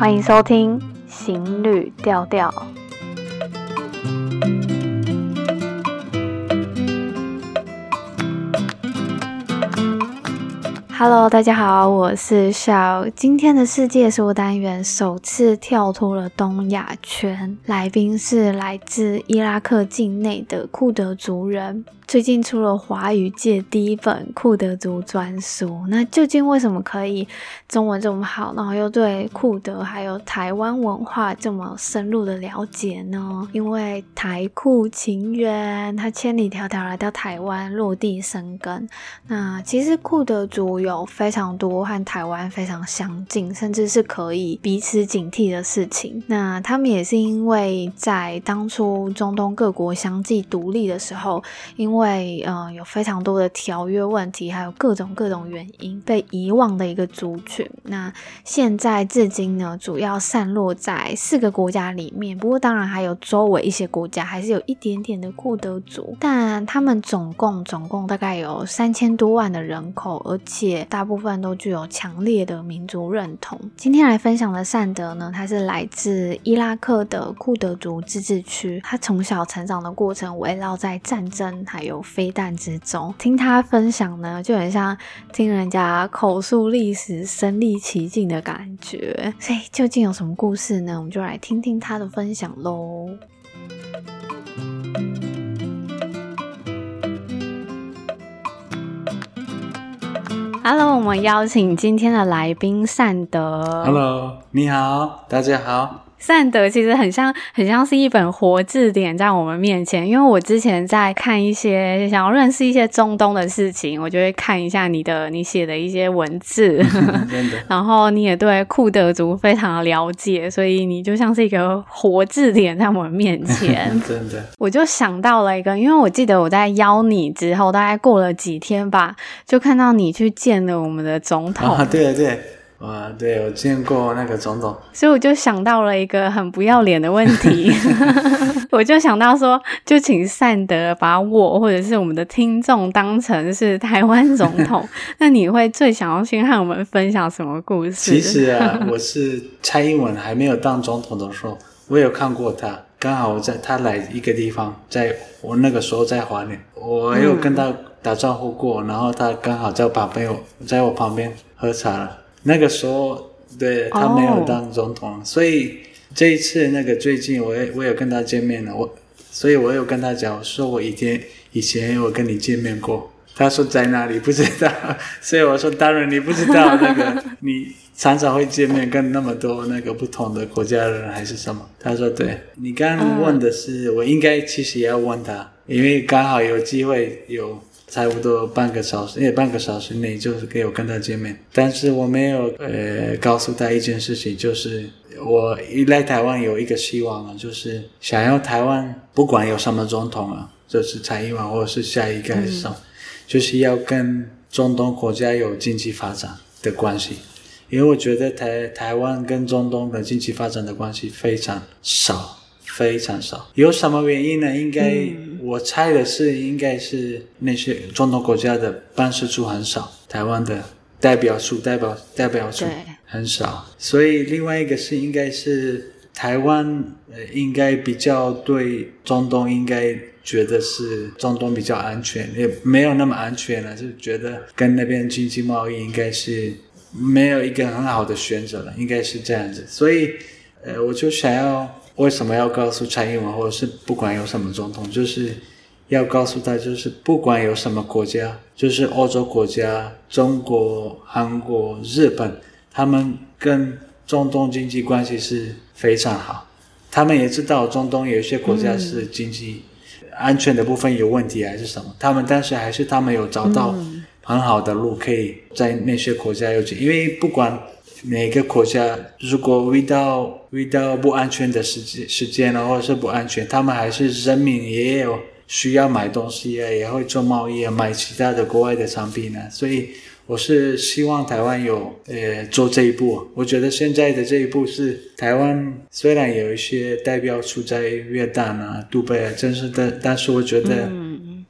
欢迎收听行旅调调。Hello， 大家好，我是Shao。今天的世界说单元首次跳脱了东亚圈，来宾是来自伊拉克境内的库德族人。最近出了华语界第一本库德族专书，那究竟为什么可以中文这么好，然后又对库德还有台湾文化这么深入的了解呢？因为台库情缘，他千里迢迢来到台湾落地生根。那其实库德族有非常多和台湾非常相近，甚至是可以彼此警惕的事情。那他们也是因为在当初中东各国相继独立的时候，因为有非常多的条约问题，还有各种原因被遗忘的一个族群。那现在至今呢，主要散落在4个国家里面，不过当然还有周围一些国家还是有一点点的库德族，但他们总共大概有3000多万的人口，而且大部分都具有强烈的民族认同。今天来分享的善德呢，他是来自伊拉克的库德族自治区，他从小成长的过程围绕在战争还有飞弹之中，听他分享呢，就很像听人家口述历史，身临其境的感觉。所以究竟有什么故事呢？我们就来听听他的分享咯。Hello， 我们邀请今天的来宾善德。 Hello， 你好，大家好。 善德其实很像是一本活字典在我们面前，因为我之前在看一些想要认识一些中东的事情，我就会看一下你写的一些文字真的。 然后你也对库德族非常的了解，所以你就像是一个活字典在我们面前真的。我就想到了一个，因为我记得我在邀你之后大概过了几天吧，就看到你去见了我们的总统。 对哇，对，我见过那个总统， 所以我就想到了一个很不要脸的问题我就想到说，就请善德把我或者是我们的听众当成是台湾总统那你会最想要先和我们分享什么故事？ 其实啊我是蔡英文还没有当总统的时候，我有看过他，刚好他来一个地方，我那个时候在花莲，我有跟他打招呼过，然后他刚好在我旁边喝茶了。那个时候对他没有当总统所以这一次那个最近我有跟他见面了，所以我有跟他讲，我说我以前有跟你见面过，他说在哪里不知道，所以我说当然你不知道那个你常常会见面跟那么多那个不同的国家的人还是什么，他说对。你刚刚问的是我应该其实也要问他，因为刚好有机会有差不多半个小时内就是给我跟他见面，但是我没有告诉他一件事情，就是我一来台湾有一个希望啊，就是想要台湾不管有什么总统啊，就是蔡英文或者是下一个还是什么，就是要跟中东国家有经济发展的关系，因为我觉得台湾跟中东的经济发展的关系非常少，有什么原因呢？应该我猜的是应该是那些中东国家的办事处很少，台湾的代表处很少，所以另外一个是应该是台湾应该比较对中东应该觉得是中东比较安全，也没有那么安全了，就觉得跟那边经济贸易应该是没有一个很好的选择了，应该是这样子。所以我就想要为什么要告诉蔡英文或者是不管有什么总统，就是要告诉他，就是不管有什么国家，就是欧洲国家、中国、韩国、日本，他们跟中东经济关系是非常好，他们也知道中东有一些国家是经济安全的部分有问题还是什么，但是还是他们有找到很好的路可以在那些国家因为不管每个国家如果遇到不安全的时间或者是不安全，他们还是人民也有需要买东西啊，也会做贸易啊，买其他的国外的产品啊，所以我是希望台湾有做这一步。我觉得现在的这一步是台湾虽然有一些代表处在约旦啊、杜拜啊，但是我觉得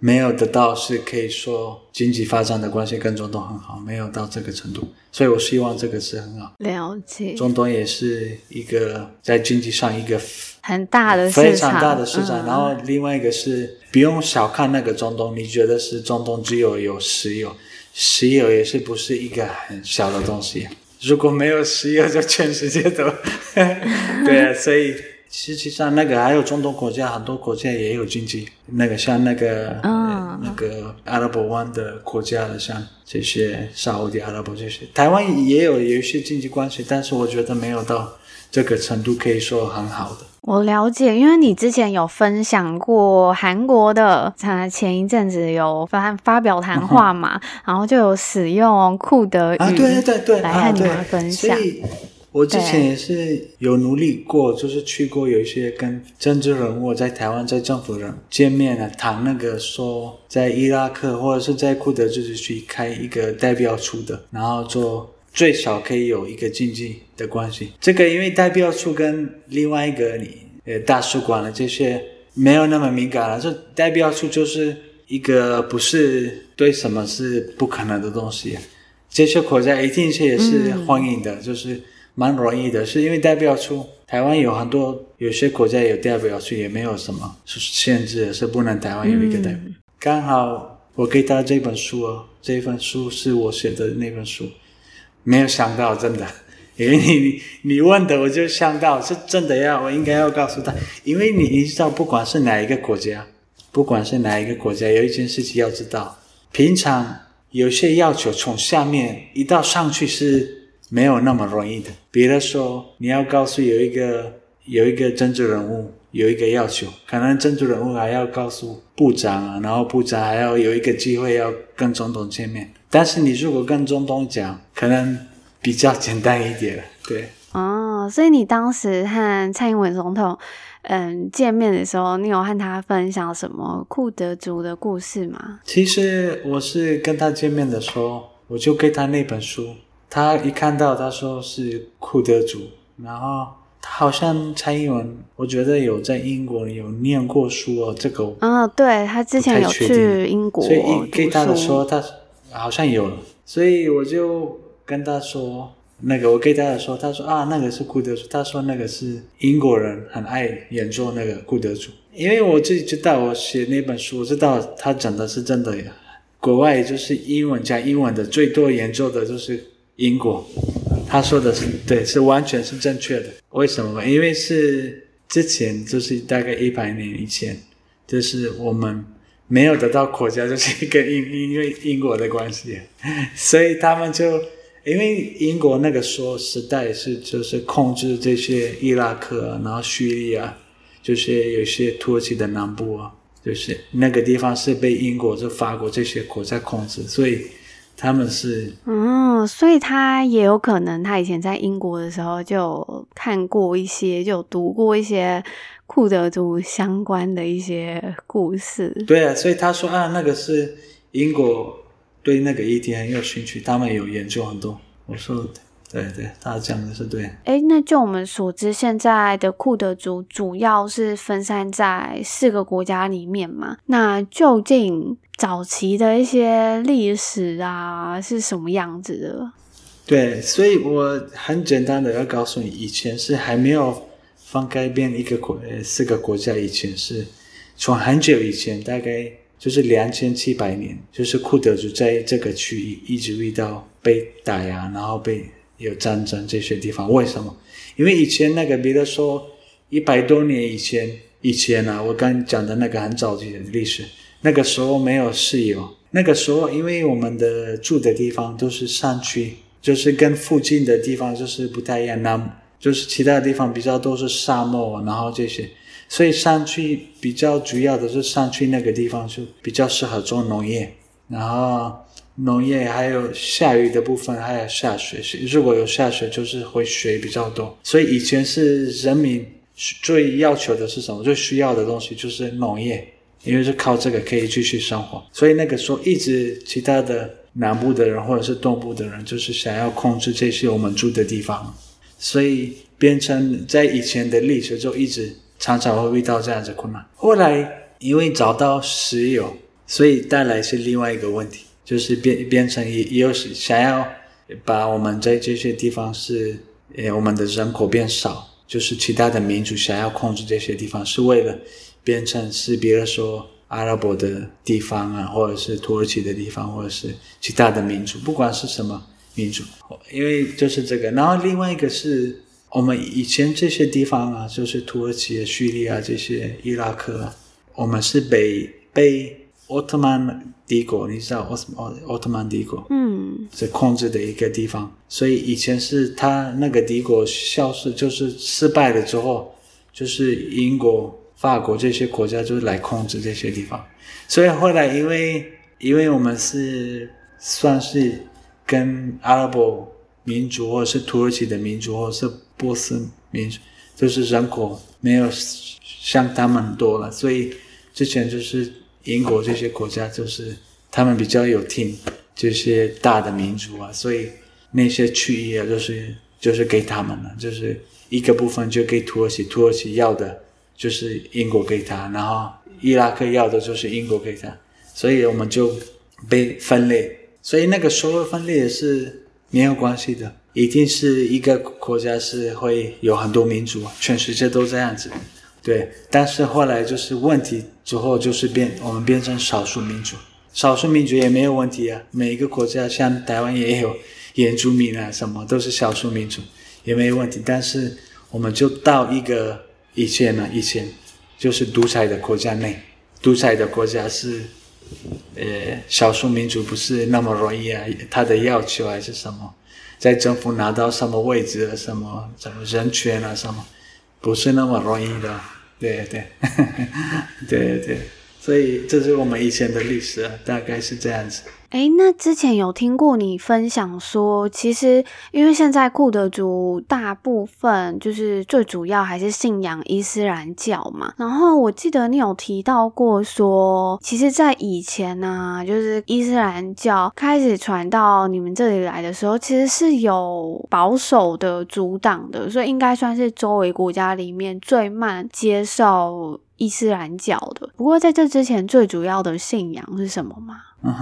没有得到是可以说经济发展的关系跟中东很好，没有到这个程度，所以我希望这个是很好。 了解。 中东也是一个在经济上一个很大的市场， 非常大的市场。然后另外一个是不用小看那个中东，你觉得是中东只有石油，石油也是不是一个很小的东西，如果没有石油就全世界都对啊，所以实际上那个还有中东国家，很多国家也有经济，那个像那个阿拉伯湾的国家的，像这些沙烏地阿拉伯这些，台湾也有一些经济关系，但是我觉得没有到这个程度可以说很好的。 我了解，因为你之前有分享过韩国的，前一阵子有发表谈话嘛，然后就有使用库德语对来和你们分享。 所以我之前也是有努力过，就是去过有一些跟政治人物在台湾在政府人见面啊，谈那个说在伊拉克或者是在库德自治区开一个代表处的，然后做最少可以有一个经济的关系。这个因为代表处跟另外一个大使馆的这些没有那么敏感了，这代表处就是一个不是对什么是不可能的东西，这些国家一定是也是欢迎的，就是蛮容易的，是因为代表处台湾有很多有些国家有代表处也没有什么限制，是不能台湾有一个代表。刚好我给他这本书这本书是我写的那本书，没有想到真的，因为你问的我就想到是真的我应该要告诉他，因为你知道不管是哪一个国家有一件事情要知道，平常有些要求从下面一到上去是没有那么容易的。比如说你要告诉有一个政治人物有一个要求，可能政治人物还要告诉部长然后部长还要有一个机会要跟总统见面，但是你如果跟总统讲可能比较简单一点了。对所以你当时和蔡英文总统见面的时候，你有和他分享什么库德族的故事吗？ 其实我是跟他见面的时候，我就给他那本书，他一看到他说是库德族，然后他好像蔡英文我觉得有在英国有念过书这个对，他之前有去英国， 所以给他的时候他好像有了，所以我就跟他说我给他的时候他说那个是库德族，他说那个是英国人很爱演奏那个库德族，因为我自己知道我写那本书，我知道他讲的是真的呀，国外就是讲英文的最多演奏的就是英国，他说的是对，是完全是正确的。为什么？因为是之前就是大概100年以前，就是我们没有得到国家，就是跟因为英国的关系，所以他们就因为英国那个时代就是控制这些伊拉克然后叙利亚，就是有些土耳其的南部就是那个地方是被英国就法国这些国家控制，所以他们是所以他也有可能他以前在英国的时候就有看过一些，就有读过一些库德族相关的一些故事。 对啊，所以他说那个是英国对那个议题很有兴趣，他们有研究很多。我说对，他讲的是对。 那就我们所知，现在的库德族主要是分散在4个国家里面嘛，那究竟早期的一些历史是什么样子的？ 对，所以我很简单的要告诉你，以前是还没有放改变4个国家以前，是从很久以前，大概就是2700年，就是库德族在这个区域一直遇到被打压，然后被有战争这些地方。为什么？因为以前比如说100多年以前我刚讲的那个很早期的历史，那个时候没有石油，那个时候因为我们的住的地方都是山区，就是跟附近的地方就是不太一样，就是其他的地方比较都是沙漠然后这些，所以山区比较主要的是山区那个地方就比较适合做农业，然后农业还有下雨的部分，还有下雪，如果有下雪就是会水比较多，所以以前是人民最要求的是什么？最需要的东西就是农业，因为是靠这个可以继续生活，所以那个时候一直其他的南部的人或者是东部的人就是想要控制这些我们住的地方，所以变成在以前的历史就一直常常会遇到这样子困难。后来因为找到石油， 所以带来是另外一个问题，就是变成也有想要把我们在这些地方是我们的人口变少，就是其他的民族想要控制这些地方，是为了变成是比如说阿拉伯的地方啊，或者是土耳其的地方，或者是其他的民族，不管是什么民族，因为就是这个。然后另外一个是我们以前这些地方啊，就是土耳其、叙利亚这些伊拉克啊，我们是被奥特曼帝国，你知道奥特曼帝国是控制的一个地方，所以以前是他那个帝国消失，就是失败了之后，就是英国、法国这些国家就是来控制这些地方，所以后来因为我们是算是跟阿拉伯民族或者是土耳其的民族或者是波斯民族，就是人口没有像他们多了，所以之前就是英国这些国家就是他们比较有听这些大的民族啊，所以那些区域啊就是给他们了，就是一个部分就给土耳其要的就是英国给他，然后伊拉克要的就是英国给他，所以我们就被分裂，所以那个所谓分裂也是没有关系的，一定是一个国家是会有很多民族，全世界都这样子，对。但是后来就是问题之后就是我们变成少数民族，少数民族也没有问题啊，每一个国家像台湾也有原住民啊，什么都是少数民族也没有问题，但是我们就到一个以前就是独裁的国家内，独裁的国家是少数民族不是那么容易啊，他的要求还是什么，在政府拿到什么位置啊，什么人权啊，什么不是那么容易的，对对，所以这是我们以前的历史啊，大概是这样子。 那之前有听过你分享说，其实因为现在库德族大部分就是最主要还是信仰伊斯兰教嘛，然后我记得你有提到过说，其实在以前啊，就是伊斯兰教开始传到你们这里来的时候，其实是有保守的阻挡的，所以应该算是周围国家里面最慢接受伊斯兰教的。不过在这之前最主要的信仰是什么吗？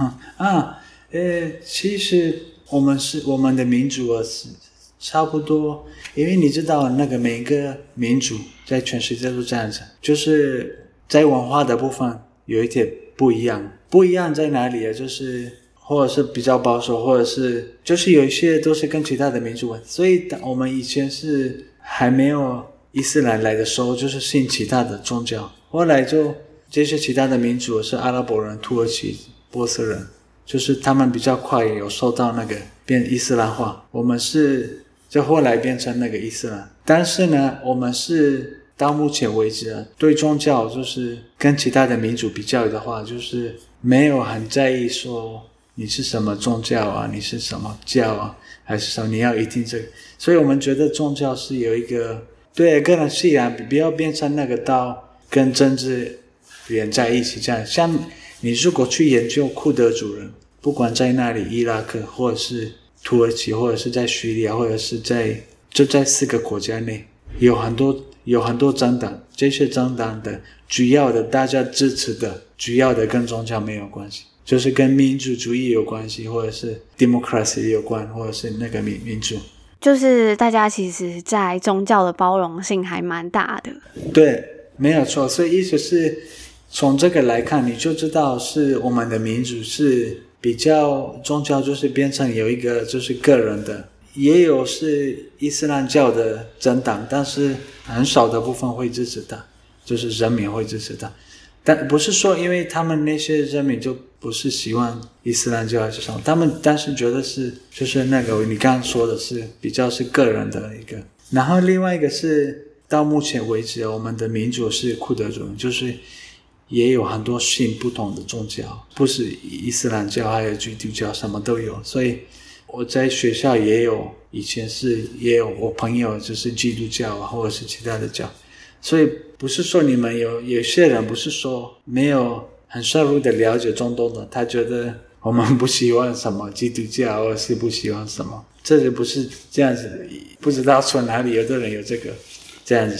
其实我们的民族啊是差不多，因为你知道那个每个民族在全世界都这样子，就是在文化的部分有一点不一样。不一样在哪里啊？就是或者是比较保守，或者是就是有一些都是跟其他的民族，所以我们以前是还没有伊斯兰来的时候，就是信其他的宗教，后来就这些其他的民族是阿拉伯人、土耳其、波斯人，就是他们比较快有受到那个变伊斯兰化，我们是就后来变成那个伊斯兰，但是呢，我们是到目前为止啊，对宗教就是跟其他的民族比较的话，就是没有很在意说你是什么宗教啊，你是什么教啊，还是什么你要一定这个，所以我们觉得宗教是有一个对个人信仰，不要变成那个到跟政治连在一起这样。像你如果去研究库德族人，不管在那里伊拉克或者是土耳其或者是在叙利亚或者是就在4个国家内，有很多政党，这些政党的主要的大家支持的主要的跟宗教没有关系，就是跟民主主义有关系，或者是 democracy 有关，或者是那个民主， 就是大家其实在宗教的包容性还蛮大的。 对，没有错。所以意思是从这个来看，你就知道是我们的民主是比较宗教就是变成有一个就是个人的，也有是伊斯兰教的政党，但是很少的部分会支持他，就是人民会支持他。但不是说因为他们那些人民就不是喜欢伊斯兰教还是什么，他们但是觉得是就是那个你刚刚说的是比较是个人的一个。然后另外一个是到目前为止我们的民主是库德族，就是也有很多信不同的宗教，不是伊斯兰教还有基督教什么都有，所以我在学校也有，以前也有我朋友就是基督教或者是其他的教，所以不是说你们有些人不是说没有很深入的了解中东的，他觉得我们不喜欢什么基督教或者是不喜欢什么，这就不是这样子，不知道从哪里有的人有这样子想。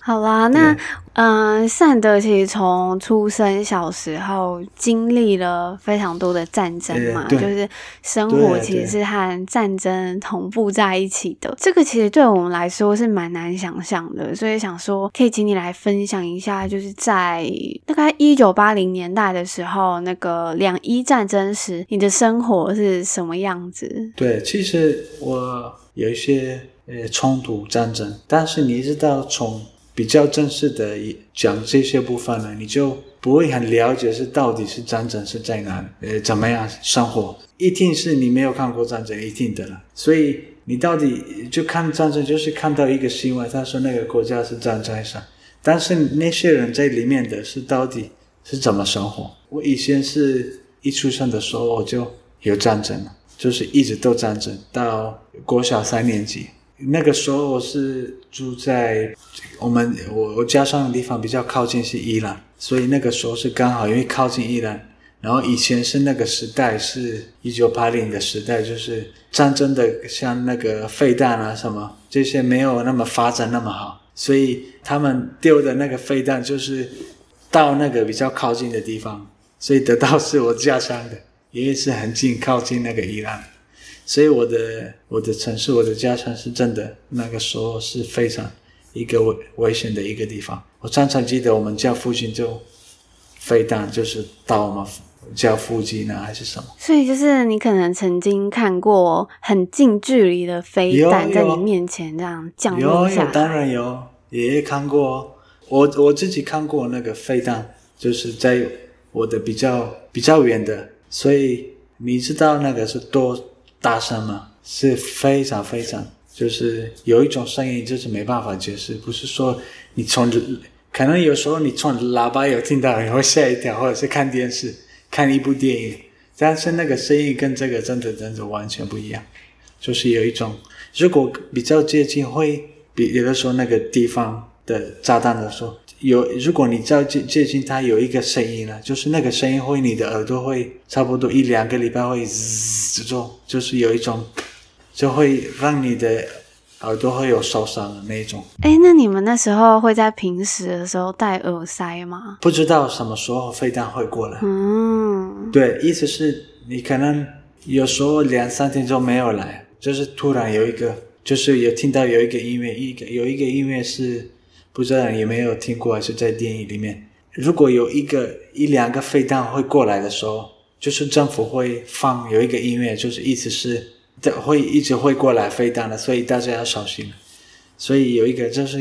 好啦，那善德其实从出生小时候经历了非常多的战争嘛，就是生活其实是和战争同步在一起的。这个其实对我们来说是蛮难想象的，所以想说可以请你来分享一下，就是在大概1980年代的时候，那个两伊战争时，你的生活是什么样子？ 对，其实我有一些冲突战争，但是你知道从比较正式的讲这些部分呢，你就不会很了解是到底是战争是在哪怎么样生活，一定是你没有看过战争，一定的了。所以你到底就看战争，就是看到一个新闻，他说那个国家是战争上，但是那些人在里面的是到底是怎么生活。我以前是一出生的时候我就有战争了，就是一直都战争到国小3年级。那个时候我是住在我家乡的地方比较靠近是伊朗，所以那个时候是刚好因为靠近伊朗，然后以前是那个时代是1980的时代，就是战争的像那个飞弹啊什么这些没有那么发展那么好，所以他们丢的那个飞弹就是到那个比较靠近的地方，所以得到是我家乡的，因为是很近靠近那个伊朗。所以我的城市，我的家乡是真的那个时候是非常一个危险的一个地方。我常常记得我们家附近就飞弹就是到我们家附近啊还是什么。 所以就是你可能曾经看过很近距离的飞弹在你面前这样降落下来。 有当然有，也看过。我自己看过那个飞弹，就是在我的比较远的，所以你知道那个是多大声吗？是非常非常，就是有一种声音就是没办法解释，不是说你可能有时候你从喇叭有听到你会吓一跳，或者是看电视看一部电影，但是那个声音跟这个真的完全不一样，就是有一种如果比较接近会有的时候那个地方的炸弹的时候如果你再接近它有一个声音了，就是那个声音会你的耳朵会差不多1-2个礼拜会滋就是有一种就会让你的耳朵会有受伤的那种。 那你们那时候会在平时的时候戴耳塞吗？ 不知道什么时候飞弹会过来。对，意思是你可能有时候2-3天就没有来，就是突然有一个就是有听到有一个音乐有一个音乐是不知道你有没有听过，还是在电影里面，如果有1-2个飞弹会过来的时候，就是政府会放有一个音乐，就是意思是会一直会过来飞弹的，所以大家要小心。所以有一个就是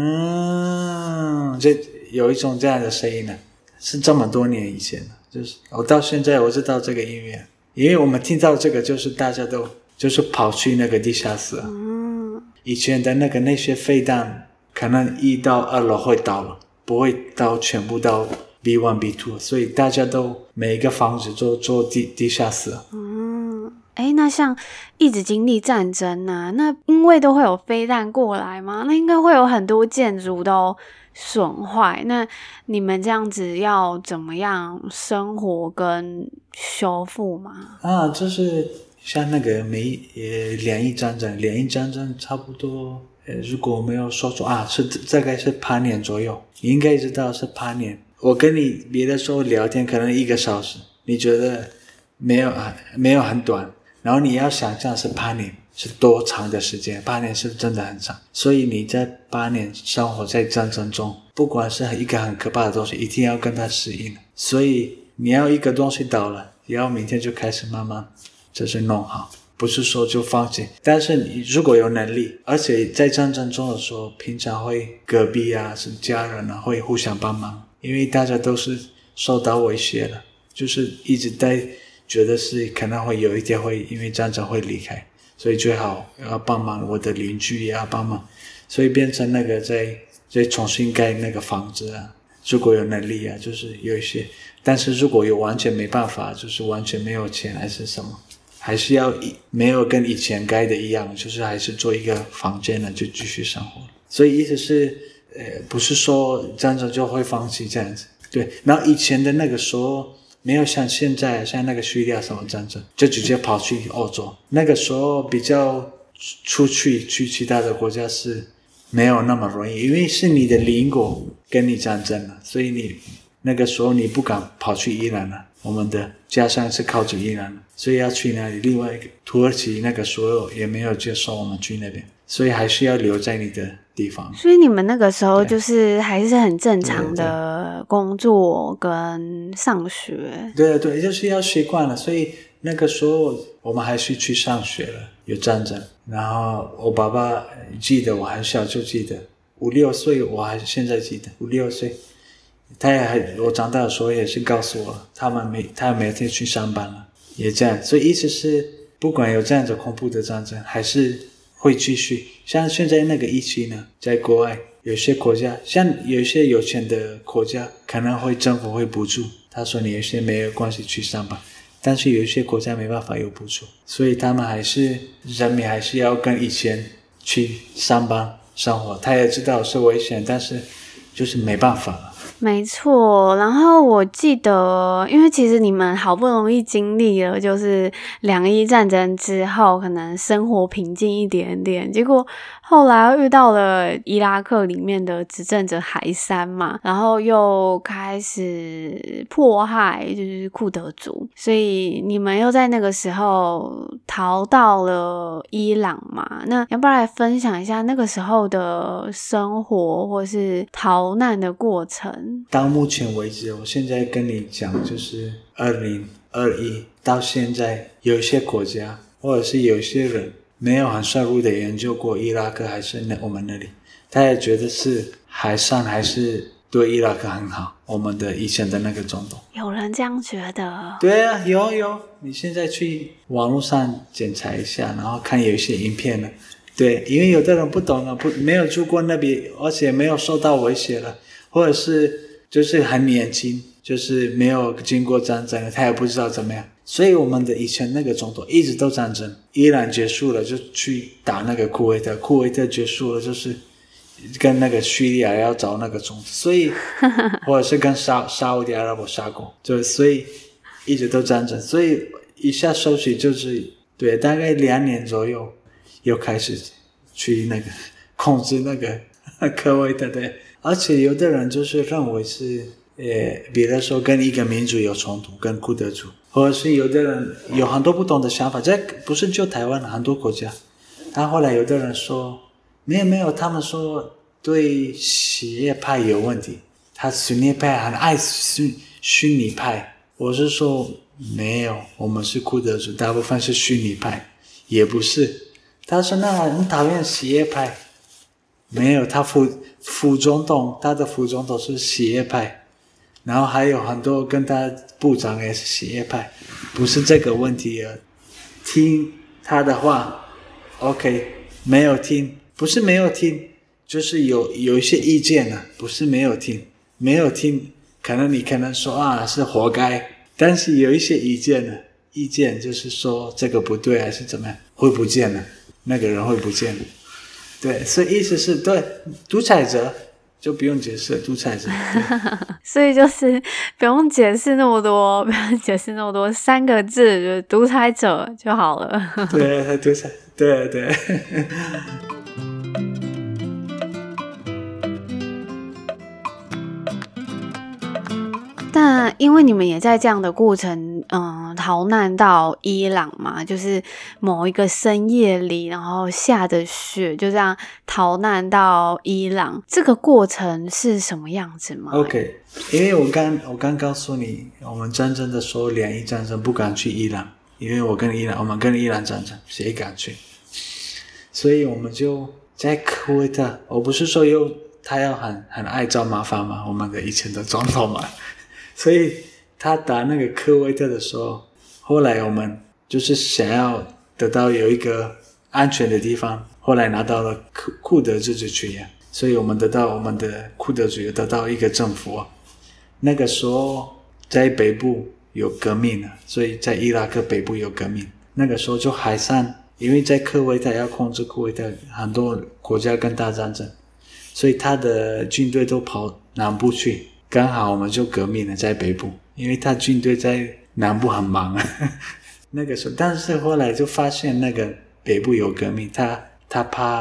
有一种这样的声音呢，是这么多年以前的，就是我到现在我知道这个音乐，因为我们听到这个就是大家都就是跑去那个地下室了。以前的那些飞弹可能1到2楼会到了，不会全部到 B1、B2， 所以大家都每一个房子都做地下室。 那像一直经历战争啊，那因为都会有飞弹过来嘛，那应该会有很多建筑都损坏，那你们这样子要怎么样生活跟修复吗？ 就是像那个两伊战争差不多如果我没有说错是大概是8年左右，你应该知道是8年。我跟你别的时候聊天可能1个小时，你觉得没有很短，然后你要想象是8年是多长的时间，8年是真的很长。所以你在8年生活在战争中，不管是一个很可怕的东西，一定要跟它适应。所以你要一个东西倒了，也要明天就开始慢慢就是弄好，不是说就放弃。但是你如果有能力，而且在战争中的时候，平常会隔壁是家人会互相帮忙，因为大家都是受到威胁了，就是一直在觉得是可能会有一天会因为战争会离开，所以最好要帮忙，我的邻居也要帮忙，所以变成那个再重新盖那个房子如果有能力就是有一些。但是如果有完全没办法，就是完全没有钱还是什么，还是要没有跟以前盖的一样，就是还是做一个房间就继续生活。所以意思是不是说战争就会放弃这样子。对，然后以前的那个时候没有像现在像那个叙利亚什么战争就直接跑去欧洲，那个时候比较出去其他的国家是没有那么容易，因为是你的邻国跟你战争了，所以你那个时候你不敢跑去伊朗了，我们的家乡是靠近伊朗的，所以要去那里。另外一个土耳其那个时候也没有接受我们去那边，所以还是要留在你的地方。 所以你们那个时候就是还是很正常的工作跟上学。 对，就是要习惯了，所以那个时候我们还是去上学了，有战争。然后我爸爸记得，我很小就记得，5、6岁，我还现在记得5、6岁。我长大的时候也是告诉我，他每天去上班了，也这样。所以意思是，不管有这样子恐怖的战争，还是会继续。像现在那个疫情呢，在国外有些国家，像有些有钱的国家，可能政府会补助，他说你有些没有关系去上班，但是有一些国家没办法有补助，所以他们人民还是要跟以前去上班生活。他也知道是危险，但是就是没办法了。 没错，然后我记得，因为其实你们好不容易经历了就是2伊战争之后，可能生活平静一点点，结果后来又遇到了伊拉克里面的执政者海珊嘛，然后又开始迫害就是库德族，所以你们又在那个时候逃到了伊朗嘛。那要不要来分享一下那个时候的生活或是逃难的过程？ 到目前为止，我现在跟你讲，就是2021到现在，有一些国家或者是有一些人没有很深入的研究过伊拉克还是我们那里，他也觉得是海珊还是对伊拉克很好，我们的以前的那个总统。 有人这样觉得？ 对啊，有，你现在去网络上检查一下，然后看有一些影片了。对，因为有的人不懂了，没有住过那边，而且没有受到威胁了，或者是就是很年轻，就是没有经过战争了，他也不知道怎么样。所以我们的以前那个总统一直都战争，伊朗结束了就去打那个库威特，库威特结束了就是跟那个叙利亚要找那个总统，所以或者是跟沙烏地阿拉伯杀过，就所以一直都战争，所以一下收起就是对，大概2年左右又开始去那个控制那个科威特，对。而且有的人就是认为是比如说跟一个民族有冲突，跟库德族，或者是有的人有很多不同的想法，这不是就台湾，很多国家。他后来有的人说没有，他们说对什叶派有问题，他逊尼派很爱逊尼派。我是说没有，我们是库德族，大部分是逊尼派，也不是。他说那很讨厌什叶派，没有，他副总统，他的副总统是什叶派，然后还有很多跟他部长也是什叶派，不是这个问题啊。听他的话 ，OK， 没有听，不是没有听，就是有一些意见啊，不是没有听，可能你说啊是活该，但是有一些意见就是说这个不对还是怎么样，会不见了，那个人会不见了。对，所以意思是对独裁者就不用解释独裁者。 所以就是不用解释那么多，3个字就是独裁者就好了。 对，独裁，对。 那因为你们也在这样的过程，逃难到伊朗嘛，就是某一个深夜里，然后下着雪，就这样逃难到伊朗。这个过程是什么样子吗 ？OK， 因为我刚告诉你，我们战争的时候，2伊战争不敢去伊朗，因为我们跟伊朗战争，谁敢去？所以我们就在科威特。我不是说他要很爱找麻烦嘛，我们的以前的总统嘛。所以他打那个科威特的时候，后来我们就是想要得到有一个安全的地方，后来拿到了库德自治区啊，所以我们的库德族有得到一个政府啊。那个时候在北部有革命了，所以在伊拉克北部有革命。那个时候就海珊，因为在科威特要控制库威特，很多国家跟他战争，所以他的军队都跑南部去。刚好我们就革命了，在北部，因为他军队在南部很忙那个时候，但是后来就发现那个北部有革命，他怕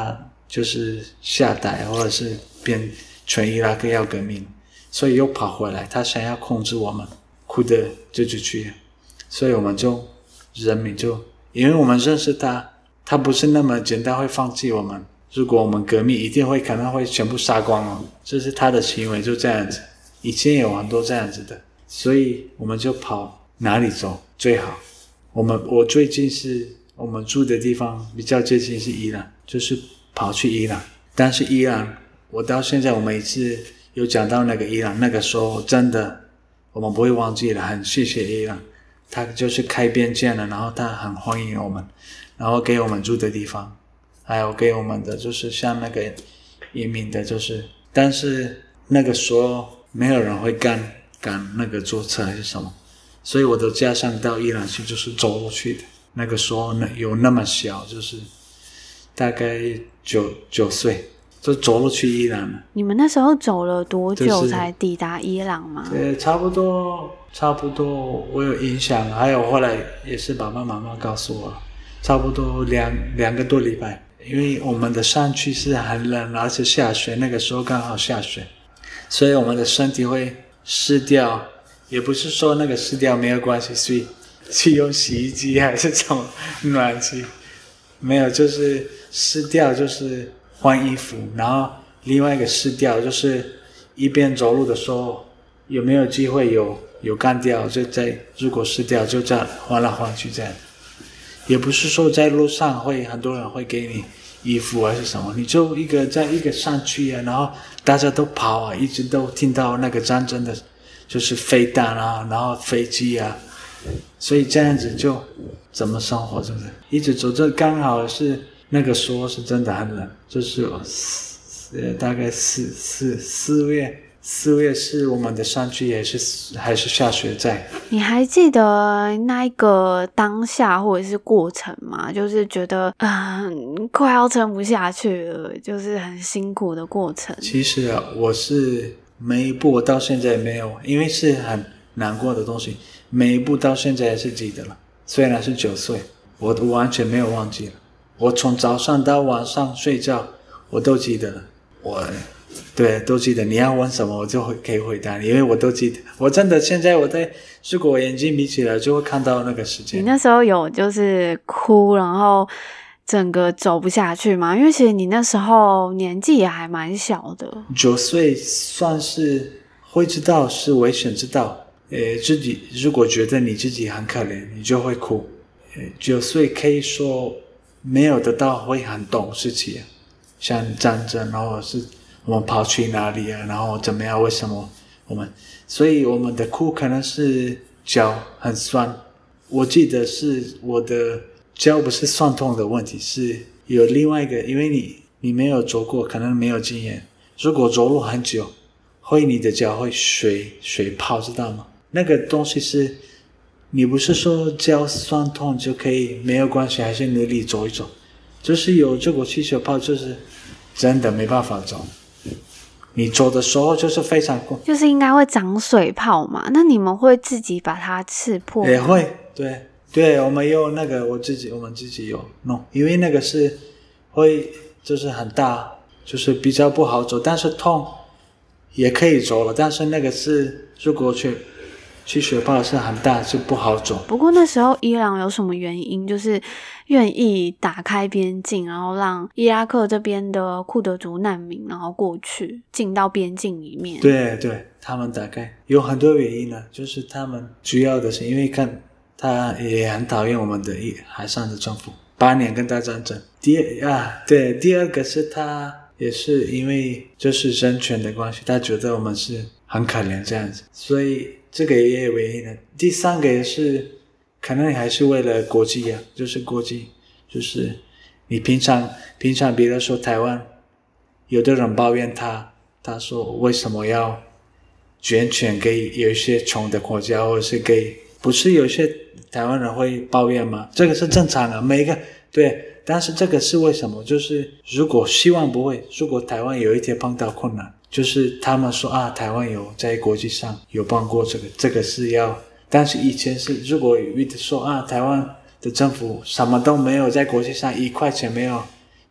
就是下台，或者是变全伊拉克要革命，所以又跑回来，他想要控制我们，库德自治区，所以我们人民因为我们认识他不是那么简单会放弃我们，如果我们革命一定可能会全部杀光了，这是他的行为就这样子，以前有很多这样子的，所以我们就跑哪里走最好。我最近是我们住的地方比较接近是伊朗，就是跑去伊朗，但是伊朗我到现在我每次有讲到那个伊朗，那个时候真的我们不会忘记了，很谢谢伊朗，他就是开边界了，然后他很欢迎我们，然后给我们住的地方，还有给我们的就是像那个移民的，就是但是那个时候没有人会赶那个坐车还是什么，所以我的家乡到伊朗去就是走路去的，那个时候有那么小，就是大概9岁就走路去伊朗了。 你们那时候走了多久才抵达伊朗吗？ 差不多我有印象，还有后来也是爸爸妈妈告诉我，差不多两个多礼拜，因为我们的山区是很冷，而且下雪，那个时候刚好下雪，所以我们的身体会湿掉，也不是说那个湿掉没有关系，所以去用洗衣机还是什么暖气，没有，就是湿掉就是换衣服，然后另外一个湿掉就是一边走路的时候有没有机会有干掉，就如果湿掉就这样换来换去这样，也不是说在路上很多人会给你衣服还是什么，你就在一个山区啊，然后大家都跑啊，一直都听到那个战争的就是飞弹啊，然后飞机啊，所以这样子就怎么生活，是不是一直走，这刚好是那个时候是真的很冷，就是大概4月是我们的山区还是下雪在。 你还记得那一个当下或者是过程吗？就是觉得快要撑不下去了，就是很辛苦的过程。 其实啊，我是每一步我到现在没有，因为是很难过的东西，每一步到现在还是记得了，虽然是9岁，我完全没有忘记了，我从早上到晚上睡觉我都记得了，对，都记得，你要问什么我就可以回答你，因为我都记得，我真的现在如果我眼睛闭起来就会看到那个时间。 你那时候有就是哭然后整个走不下去吗？因为其实你那时候年纪也还蛮小的。 9岁算是会知道是危险知道，自己如果觉得你自己很可怜你就会哭。9岁可以说没有得到会很懂事情，像战争然后是我们跑去哪里啊，然后怎么样，为什么所以我们的哭可能是脚很酸，我记得是我的脚不是酸痛的问题，是有另外一个，因为你没有走过，可能没有经验，如果走路很久你的脚会水泡，知道吗？那个东西是你不是说脚酸痛就可以没有关系，还是努力走一走，就是有这个气水泡，就是真的没办法走，你走的时候就是非常就是应该会长水泡嘛，那你们会自己把它刺破吗？ 也会，对，我们有那个我们自己有弄，因为那个是会就是很大，就是比较不好走，但是痛也可以走了，但是那个是如果去雪豹是很大，是不好走。 不过那时候伊朗有什么原因就是愿意打开边境，然后让伊拉克这边的库德族难民然后过去进到边境里面？ 对，他们大概有很多原因呢，就是他们主要的是因为他也很讨厌我们的海上的政府，8年跟他战争。第二个是他也是因为就是人权的关系，他觉得我们是很可怜这样子，所以这个也有原因的。第三个也是可能还是为了国际啊，就是国际，就是你平常比如说台湾有的人抱怨他说为什么要捐钱给有一些穷的国家，或者是不是有些台湾人会抱怨吗？这个是正常的，每一个对，但是这个是为什么？就是如果希望不会，如果台湾有一天碰到困难，就是他们说台湾有在国际上有帮过这个是要，但是以前是如果说台湾的政府什么都没有，在国际上1块钱没有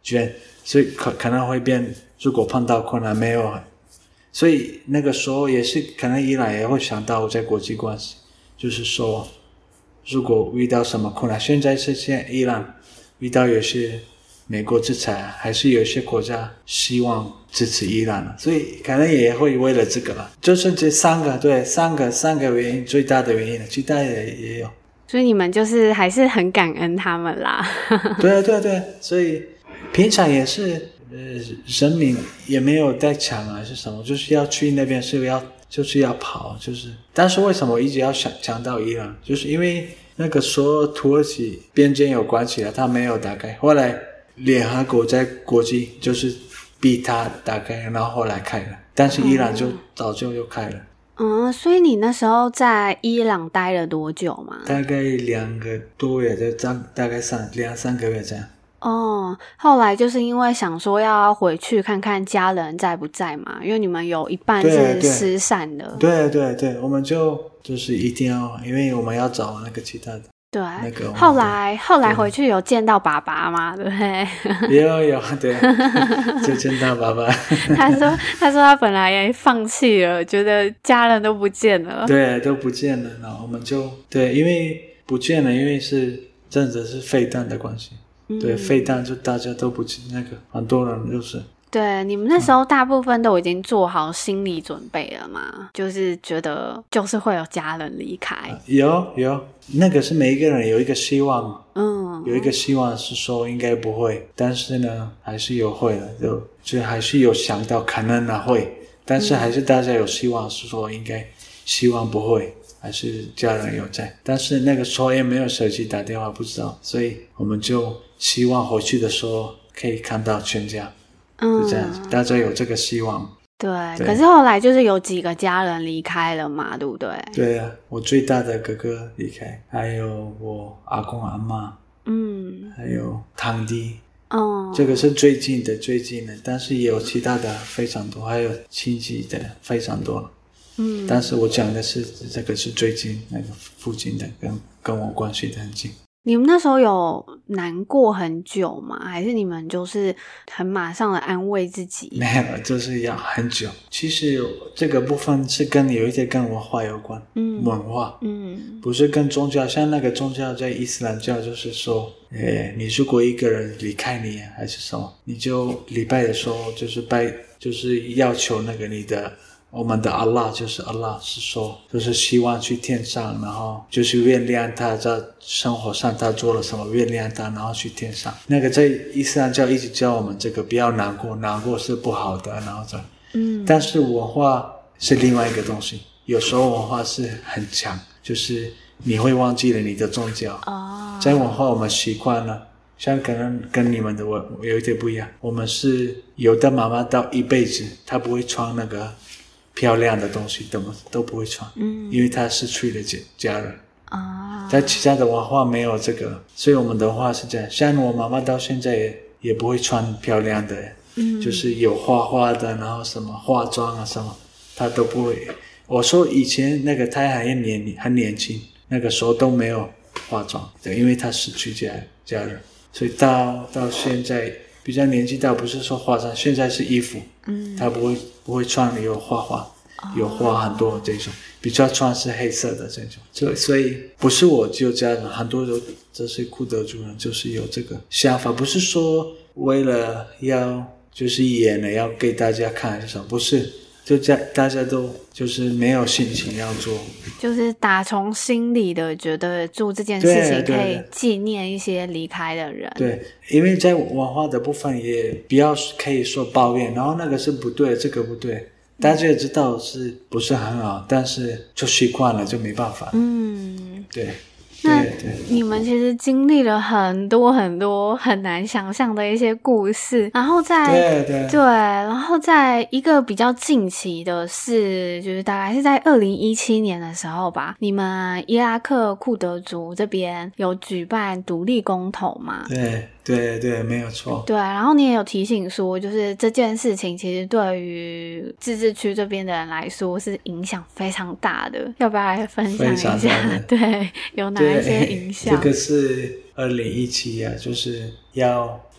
捐，所以可能会变，如果碰到困难没有，所以那个时候也是可能伊朗也会想到在国际关系，就是说如果遇到什么困难，现在伊朗遇到有些美国制裁，还是有些国家希望支持伊朗了，所以可能也会为了这个了，就是这三个原因，最大的原因了，其他的也有。 所以你们就是还是很感恩他们啦。 对，所以平常也是人民也没有在抢啊是什么，就是要去那边就是要跑，就是但是为什么我一直要讲到伊朗，就是因为那个时候土耳其边界有关系了，他没有打开，后来联合国在国际就是逼他打开，然后后来开了，但是伊朗就早就开了。 所以你那时候在伊朗待了多久嘛？ 大概2个多月，就大概2-3个月这样。 后来就是因为想说要回去看看家人在不在嘛，因为你们有一半是失散的。 对，我们就是一定要，因为我们要找那个其他的。对，那个后来回去有见到爸爸吗？对不对？ 有，对，就见到爸爸。 他说他本来也放弃了，觉得家人都不见了。 对，都不见了，然后我们就对，因为不见了，因为是真的是废弹的关系。对，废弹就大家都不见，那个很多人就是。 对，你们那时候大部分都已经做好心理准备了嘛？就是觉得就是会有家人离开。 有，那个是每一个人有一个希望，有一个希望是说应该不会，但是呢还是有会的，就还是有想到可能会，但是还是大家有希望是说应该希望不会，还是家人有在，但是那个时候也没有手机打电话，不知道，所以我们就希望回去的时候可以看到全家。就这样子，大家有这个希望。 对，可是后来就是有几个家人离开了嘛，对不对？ 对啊，我最大的哥哥离开，还有我阿公阿嬷，还有堂弟。这个是最近的，但是也有其他的非常多，还有亲戚的非常多。但是我讲的是这个是最近那个附近的，跟我关系的很近。 你们那时候有难过很久吗？还是你们就是很马上的安慰自己？ 没有，就是要很久。其实这个部分是有一些跟文化有关，文化，不是跟宗教。像那个宗教在伊斯兰教就是说，你如果一个人离开你还是什么，你就礼拜的时候就是要求那个我们的 Allah 就是 Allah 是说，就是希望去天上，然后就是原谅他在生活上他做了什么，原谅他，然后去天上。那个在伊斯兰教一直教我们这个不要难过，难过是不好的，然后但是文化是另外一个东西，有时候文化是很强，就是你会忘记了你的宗教。在文化我们习惯了，像可能跟你们的有一点不一样，我们是有的妈妈到一辈子她不会穿那个漂亮的东西都不会穿，因为他失去了家人。在其他的文化没有这个，所以我们的话是这样。像我妈妈到现在也不会穿漂亮的，就是有花的，然后什么化妆啊什么，她都不会。我说以前那个她还很年轻，那个时候都没有化妆，对，因为她失去家人，所以到现在比较年纪大，不是说化妆，现在是衣服，她不会穿有花很多这种，比较穿是黑色的这种，所以不是我就家人，很多这些库德族人就是有这个想法，不是说为了就是演了要给大家看还是什么，不是，大家都就是没有心情要做，就是打从心里的觉得做这件事情可以纪念一些离开的人。 对，因为在文化的部分也不要可以说抱怨，然后那个是不对，这个不对。大家也知道是不是很好，但是就习惯了，就没办法。对。 那你们其实经历了很多很多很难想象的一些故事，然后然后在一个比较近期的是，就是大概是在2017年的时候吧，你们伊拉克库德族这边有举办独立公投嘛？ 对，没有错。 对，然后你也有提醒说，就是这件事情其实对于自治区这边的人来说是影响非常大的，要不要来分享一下？对，有哪一些影响？ 这个是2017啊，就是要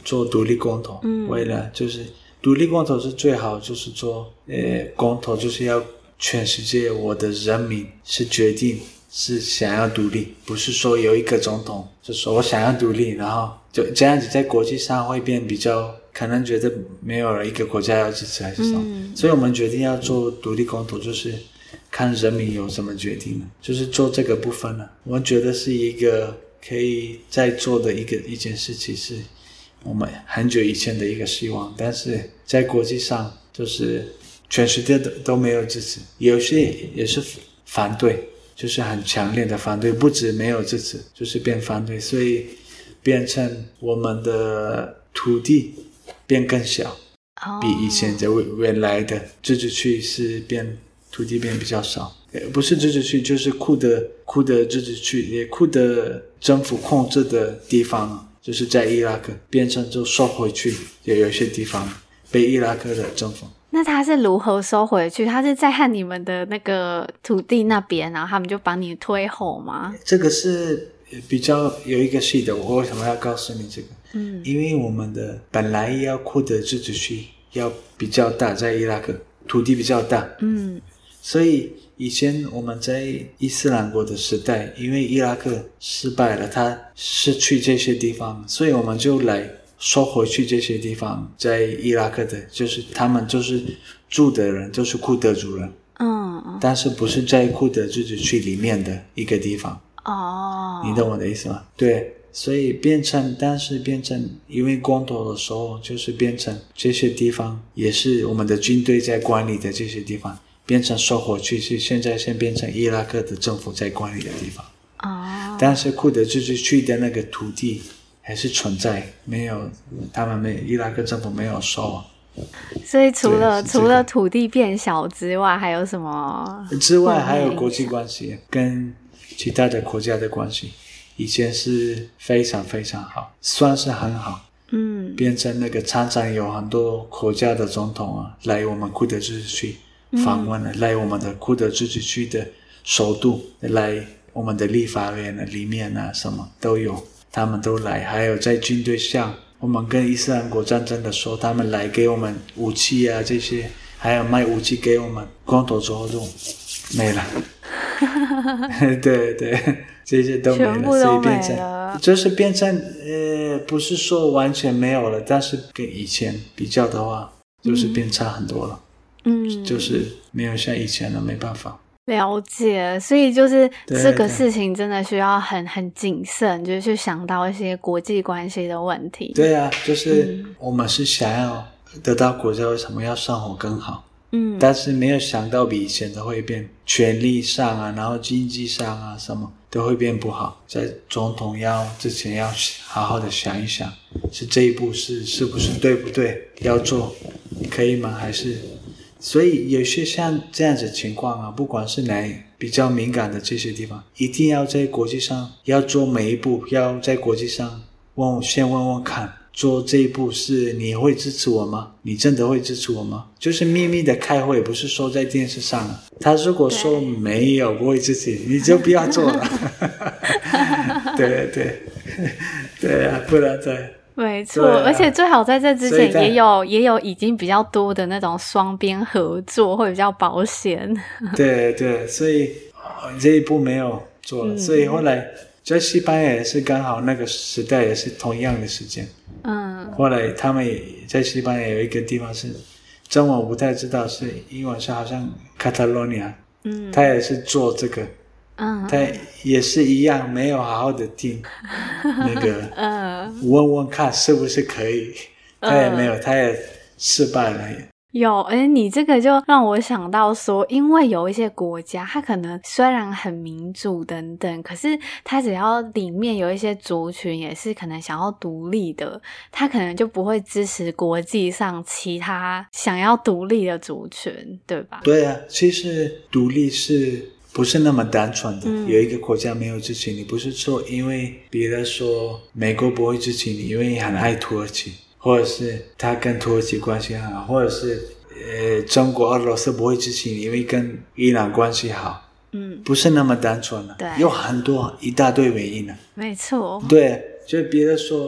做独立公投，为了就是独立公投是最好，就是做公投就是要全世界我的人民是决定是想要独立，不是说有一个总统就说我想要独立，然后就这样子在国际上会变比较可能觉得没有一个国家要支持还是什么，所以我们决定要做独立公投，就是看人民有什么决定，就是做这个部分了。我们觉得是一个可以再做的一件事情，是我们很久以前的一个希望，但是在国际上就是全世界都没有支持，有些也是反对，就是很强烈的反对，不止没有支持，就是变反对，所以变成我们的土地变更小，比以前的原来的自治区是土地变比较少，不是自治区就是库德自治区，库德政府控制的地方，就是在伊拉克变成就收回去，也有一些地方被伊拉克的政府。 那他是如何收回去？他是在和你们的那个土地那边，然后他们就把你推后吗？ 这个是比较有一个细的，我为什么要告诉你这个？因为我们的本来要库德自治区要比较大，在伊拉克土地比较大，所以以前我们在伊斯兰国的时代，因为伊拉克失败了，他失去这些地方，所以我们就来收回去这些地方，在伊拉克的就是他们就是住的人就是库德族人，但是不是在库德自治区里面的一个地方。你懂我的意思吗？对，所以但是变成因为公投的时候，就是变成这些地方也是我们的军队在管理的这些地方，变成收回去，是现在先变成伊拉克的政府在管理的地方。但是库德自治区的那个土地还是存在，伊拉克政府没有收。 所以除了土地变小之外，还有什么？ 之外还有国际关系，跟其他的国家的关系，以前是非常非常好，算是很好。变成那个常常有很多国家的总统来我们库德自治区访问了，来我们的库德自治区的首都，来我们的立法院里面什么都有，他们都来，还有在军队上，我们跟伊斯兰国战争的时候，他们来给我们武器这些，还有卖武器给我们，公投之后就没了。对对，这些都没了， 全部都没了， 就是变成不是说完全没有了，但是跟以前比较的话，就是变差很多了。就是没有像以前了，没办法。 了解，所以就是这个事情真的需要很谨慎，就是去想到一些国际关系的问题。 对啊，就是我们是想要得到国家为什么要生活更好，但是没有想到比以前的会变，权力上然后经济上什么都会变不好。在总统之前要好好的想一想，是这一步是不是对不对，要做可以吗？还是所以有些像这样子的情况不管是哪比较敏感的这些地方，一定要在国际上要做每一步，要在国际上先问问看，做这一步是你会支持我吗？你真的会支持我吗？就是秘密的开会，不是说在电视上他如果说没有不会支持你就不要做了。对对对啊，不然再没错，而且最好在这之前也有已经比较多的那种双边合作，会比较保险。对对，所以这一步没有做了，所以后来在西班牙也是刚好那个时代也是同样的时间。后来他们也在西班牙有一个地方是中文我不太知道，是英文是好像 Catalonia，他也是做这个。他也是一样，没有好好的听那个问问看是不是可以，他也没有，他也失败了。 有，你这个就让我想到说，因为有一些国家，它可能虽然很民主等等，可是它只要里面有一些族群也是可能想要独立的，它可能就不会支持国际上其他想要独立的族群，对吧？ 对啊，其实独立是不是那么单纯的，有一个国家没有支持你，不是说因为别人说美国不会支持你，因为你很爱土耳其，或者是他跟土耳其关系很好，或者是中国俄罗斯不会支持你，因为跟伊朗关系好，不是那么单纯的，有很多一大堆原因的。 没错， 对，就别人说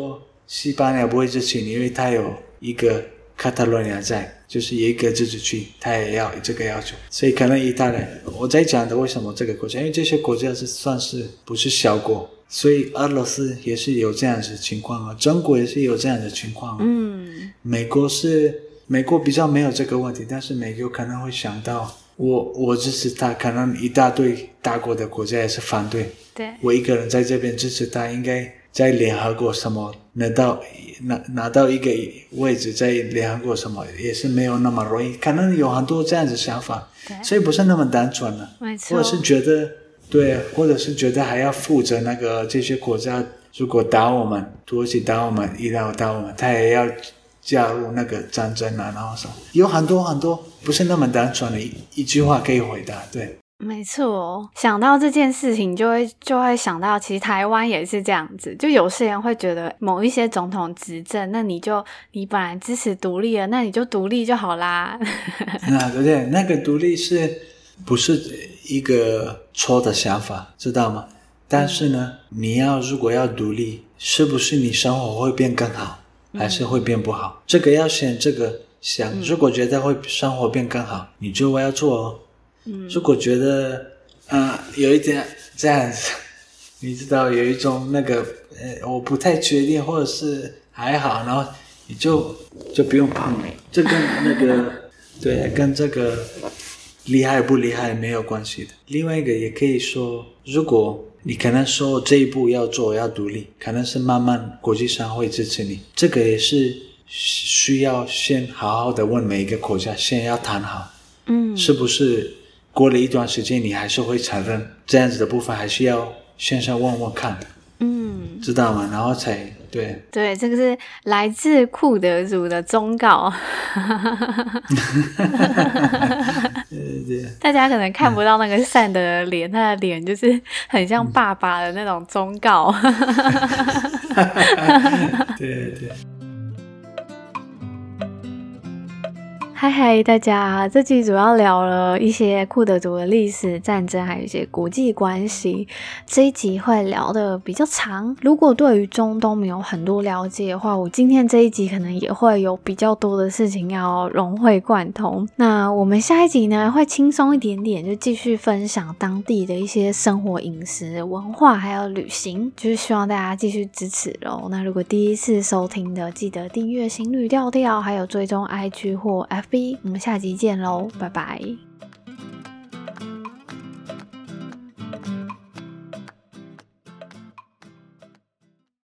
西班牙不会支持你，因为它有一个卡塔罗尼亚在，就是有一个自治区，它也要这个要求。所以可能意大利，我在讲的为什么这个国家，因为这些国家是算是不是小国，所以俄罗斯也是有这样子的情况啊，中国也是有这样的情况啊。美国比较没有这个问题，但是美国可能会想到我支持他，可能一大堆大国的国家也是反对。 对， 我一个人在这边支持他，应该在联合国什么拿到一个位置，在联合国什么也是没有那么容易，可能有很多这样子想法，所以不是那么单纯了。 没错， 或者是觉得对，或者是觉得还要负责那个这些国家，如果打我们，土耳其打我们，伊朗打我们，他也要加入那个战争啊，然后什么，有很多不是那么单纯的一句话可以回答，对。 没错，想到这件事情就会想到，其实台湾也是这样子，就有些人会觉得某一些总统执政，那你本来支持独立了，那你就独立就好啦。 对不对？那个独立是不是一个错的想法，知道吗？但是呢，你如果要独立，是不是你生活会变更好，还是会变不好？这个要先想，如果觉得会生活变更好，你就要做哦。如果觉得有一点这样子，你知道有一种那个我不太确定，或者是还好，然后你就不用碰了，这跟那个对，跟这个厉害不厉害没有关系的。另外一个也可以说，如果你可能说这一步要做要独立，可能是慢慢国际上会支持你，这个也是需要先好好的问每一个国家，先要谈好，是不是过了一段时间你还是会承认这样子的部分，还是要先问问看，知道吗？然后才对， 这个是来自库德族的忠告。 对， 大家可能看不到那个善的脸，他的脸就是很像爸爸的那种忠告。 对。 嗨，大家，这集主要聊了一些库德族的历史、战争，还有一些国际关系。这一集会聊的比较长，如果对于中东没有很多了解的话，我今天这一集可能也会有比较多的事情要融会贯通。那我们下一集呢，会轻松一点点，就继续分享当地的一些生活、饮食、文化，还有旅行，就是希望大家继续支持咯。那如果第一次收听的，记得订阅行旅调调，还有追踪 IG 或FB。我们下集见喽，拜拜。